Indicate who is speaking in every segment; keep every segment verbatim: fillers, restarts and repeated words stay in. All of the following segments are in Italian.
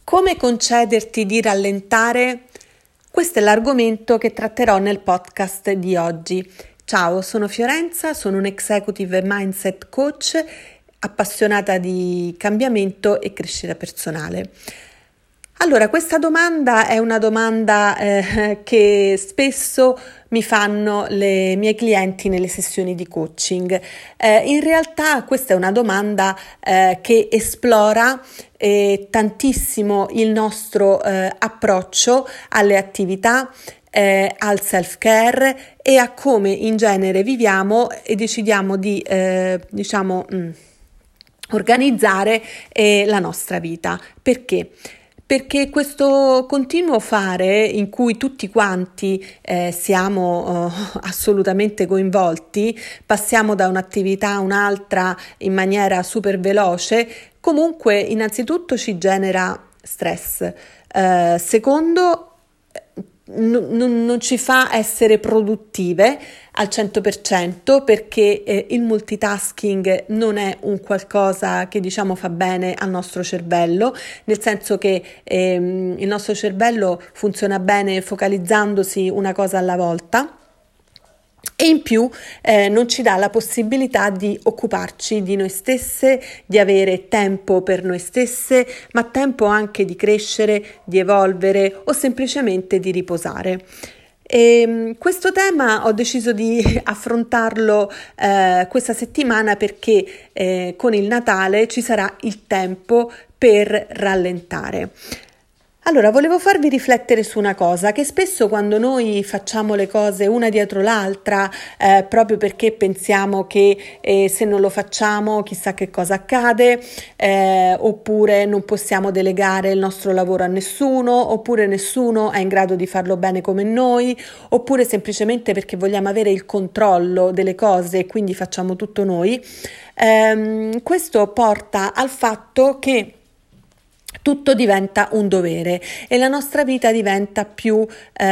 Speaker 1: Come concederti di rallentare? Questo è l'argomento che tratterò nel podcast di oggi. Ciao, sono Fiorenza, sono un Executive Mindset Coach appassionata di cambiamento e crescita personale. Allora, questa domanda è una domanda eh, che spesso mi fanno le miei clienti nelle sessioni di coaching. Eh, in realtà questa è una domanda eh, che esplora eh, tantissimo il nostro eh, approccio alle attività, eh, al self-care e a come in genere viviamo e decidiamo di, eh, diciamo, mh, organizzare eh, la nostra vita. Perché? Perché questo continuo fare in cui tutti quanti eh, siamo eh, assolutamente coinvolti, passiamo da un'attività a un'altra in maniera super veloce, comunque innanzitutto ci genera stress. Eh, secondo, n- n- non ci fa essere produttive al cento per cento perché eh, il multitasking non è un qualcosa che diciamo fa bene al nostro cervello, nel senso che ehm, il nostro cervello funziona bene focalizzandosi una cosa alla volta. E in più eh, non ci dà la possibilità di occuparci di noi stesse, di avere tempo per noi stesse, ma tempo anche di crescere, di evolvere o semplicemente di riposare. E questo tema ho deciso di affrontarlo eh, questa settimana perché eh, con il Natale ci sarà il tempo per rallentare. Allora, volevo farvi riflettere su una cosa, che spesso quando noi facciamo le cose una dietro l'altra, eh, proprio perché pensiamo che eh, se non lo facciamo chissà che cosa accade, eh, oppure non possiamo delegare il nostro lavoro a nessuno, oppure nessuno è in grado di farlo bene come noi, oppure semplicemente perché vogliamo avere il controllo delle cose e quindi facciamo tutto noi, ehm, questo porta al fatto che tutto diventa un dovere e la nostra vita diventa più,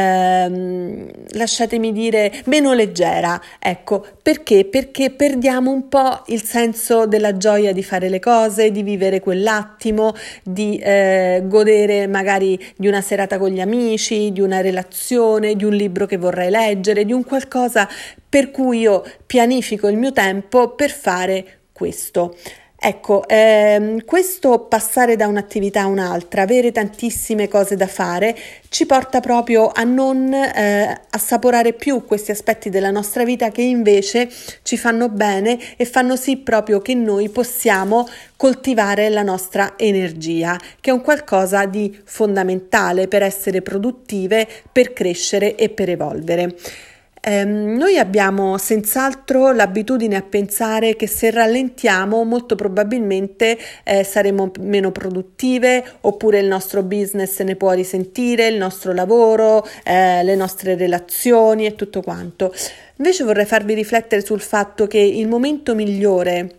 Speaker 1: ehm, lasciatemi dire, meno leggera. Ecco, perché? Perché perdiamo un po' il senso della gioia di fare le cose, di vivere quell'attimo, di eh, godere magari di una serata con gli amici, di una relazione, di un libro che vorrei leggere, di un qualcosa per cui io pianifico il mio tempo per fare questo. Ecco, ehm, questo passare da un'attività a un'altra, avere tantissime cose da fare, ci porta proprio a non eh, assaporare più questi aspetti della nostra vita che invece ci fanno bene e fanno sì proprio che noi possiamo coltivare la nostra energia, che è un qualcosa di fondamentale per essere produttive, per crescere e per evolvere. Eh, noi abbiamo senz'altro l'abitudine a pensare che se rallentiamo molto probabilmente eh, saremo meno produttive, oppure il nostro business ne può risentire, il nostro lavoro, eh, le nostre relazioni e tutto quanto. Invece vorrei farvi riflettere sul fatto che il momento migliore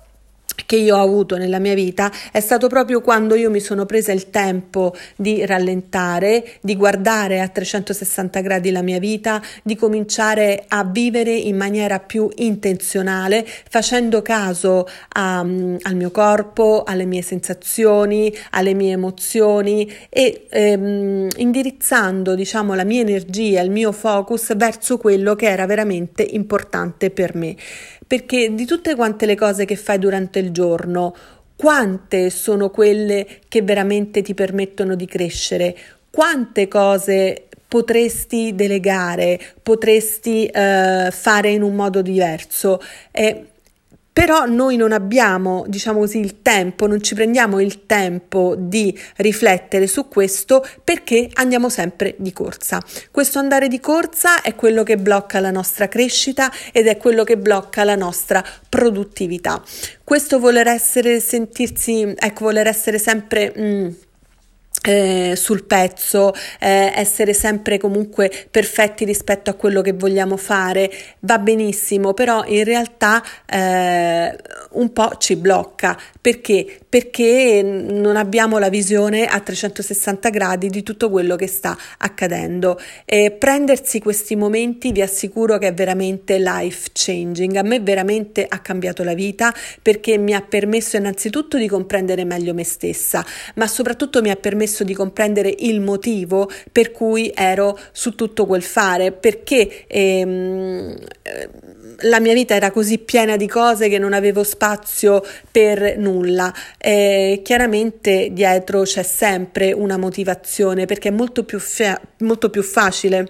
Speaker 1: che io ho avuto nella mia vita è stato proprio quando io mi sono presa il tempo di rallentare, di guardare a trecentosessanta gradi la mia vita, di cominciare a vivere in maniera più intenzionale, facendo caso a, al mio corpo, alle mie sensazioni, alle mie emozioni e ehm, indirizzando, diciamo, la mia energia, il mio focus verso quello che era veramente importante per me. Perché di tutte quante le cose che fai durante il giorno, quante sono quelle che veramente ti permettono di crescere? Quante cose potresti delegare, potresti eh, fare in un modo diverso? Eh, Però noi non abbiamo, diciamo così, il tempo, non ci prendiamo il tempo di riflettere su questo perché andiamo sempre di corsa. Questo andare di corsa è quello che blocca la nostra crescita ed è quello che blocca la nostra produttività. Questo voler essere, sentirsi, ecco, voler essere sempre... Mm, Eh, sul pezzo, eh, essere sempre comunque perfetti rispetto a quello che vogliamo fare, va benissimo, però in realtà eh, un po' ci blocca. Perché? Perché non abbiamo la visione a trecentosessanta gradi di tutto quello che sta accadendo. Eh, prendersi questi momenti vi assicuro che è veramente life changing. A me veramente ha cambiato la vita, perché mi ha permesso innanzitutto di comprendere meglio me stessa, ma soprattutto mi ha permesso di comprendere il motivo per cui ero su tutto quel fare, perché ehm, la mia vita era così piena di cose che non avevo spazio per nulla. Eh, chiaramente dietro c'è sempre una motivazione, perché è molto più, fa- molto più facile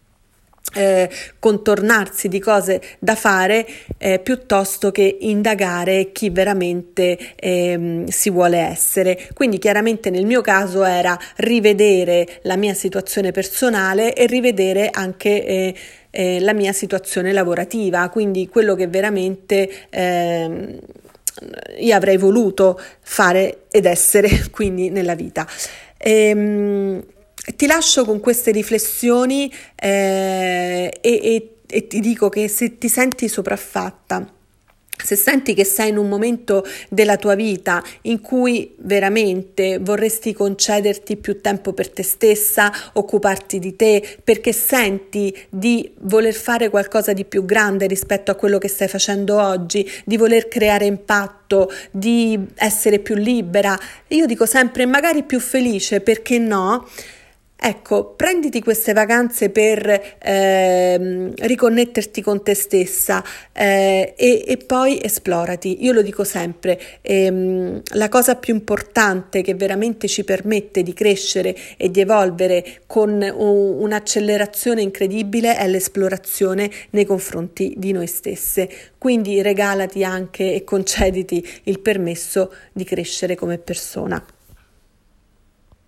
Speaker 1: Eh, contornarsi di cose da fare eh, piuttosto che indagare chi veramente eh, si vuole essere. Quindi chiaramente nel mio caso era rivedere la mia situazione personale e rivedere anche eh, eh, la mia situazione lavorativa, quindi quello che veramente eh, io avrei voluto fare ed essere quindi nella vita. Ehm, Ti lascio con queste riflessioni eh, e, e, e ti dico che se ti senti sopraffatta, se senti che sei in un momento della tua vita in cui veramente vorresti concederti più tempo per te stessa, occuparti di te, perché senti di voler fare qualcosa di più grande rispetto a quello che stai facendo oggi, di voler creare impatto, di essere più libera, io dico sempre magari più felice, perché no? Ecco, prenditi queste vacanze per ehm, riconnetterti con te stessa eh, e, e poi esplorati. Io lo dico sempre, ehm, la cosa più importante che veramente ci permette di crescere e di evolvere con un, un'accelerazione incredibile è l'esplorazione nei confronti di noi stesse. Quindi regalati anche e concediti il permesso di crescere come persona.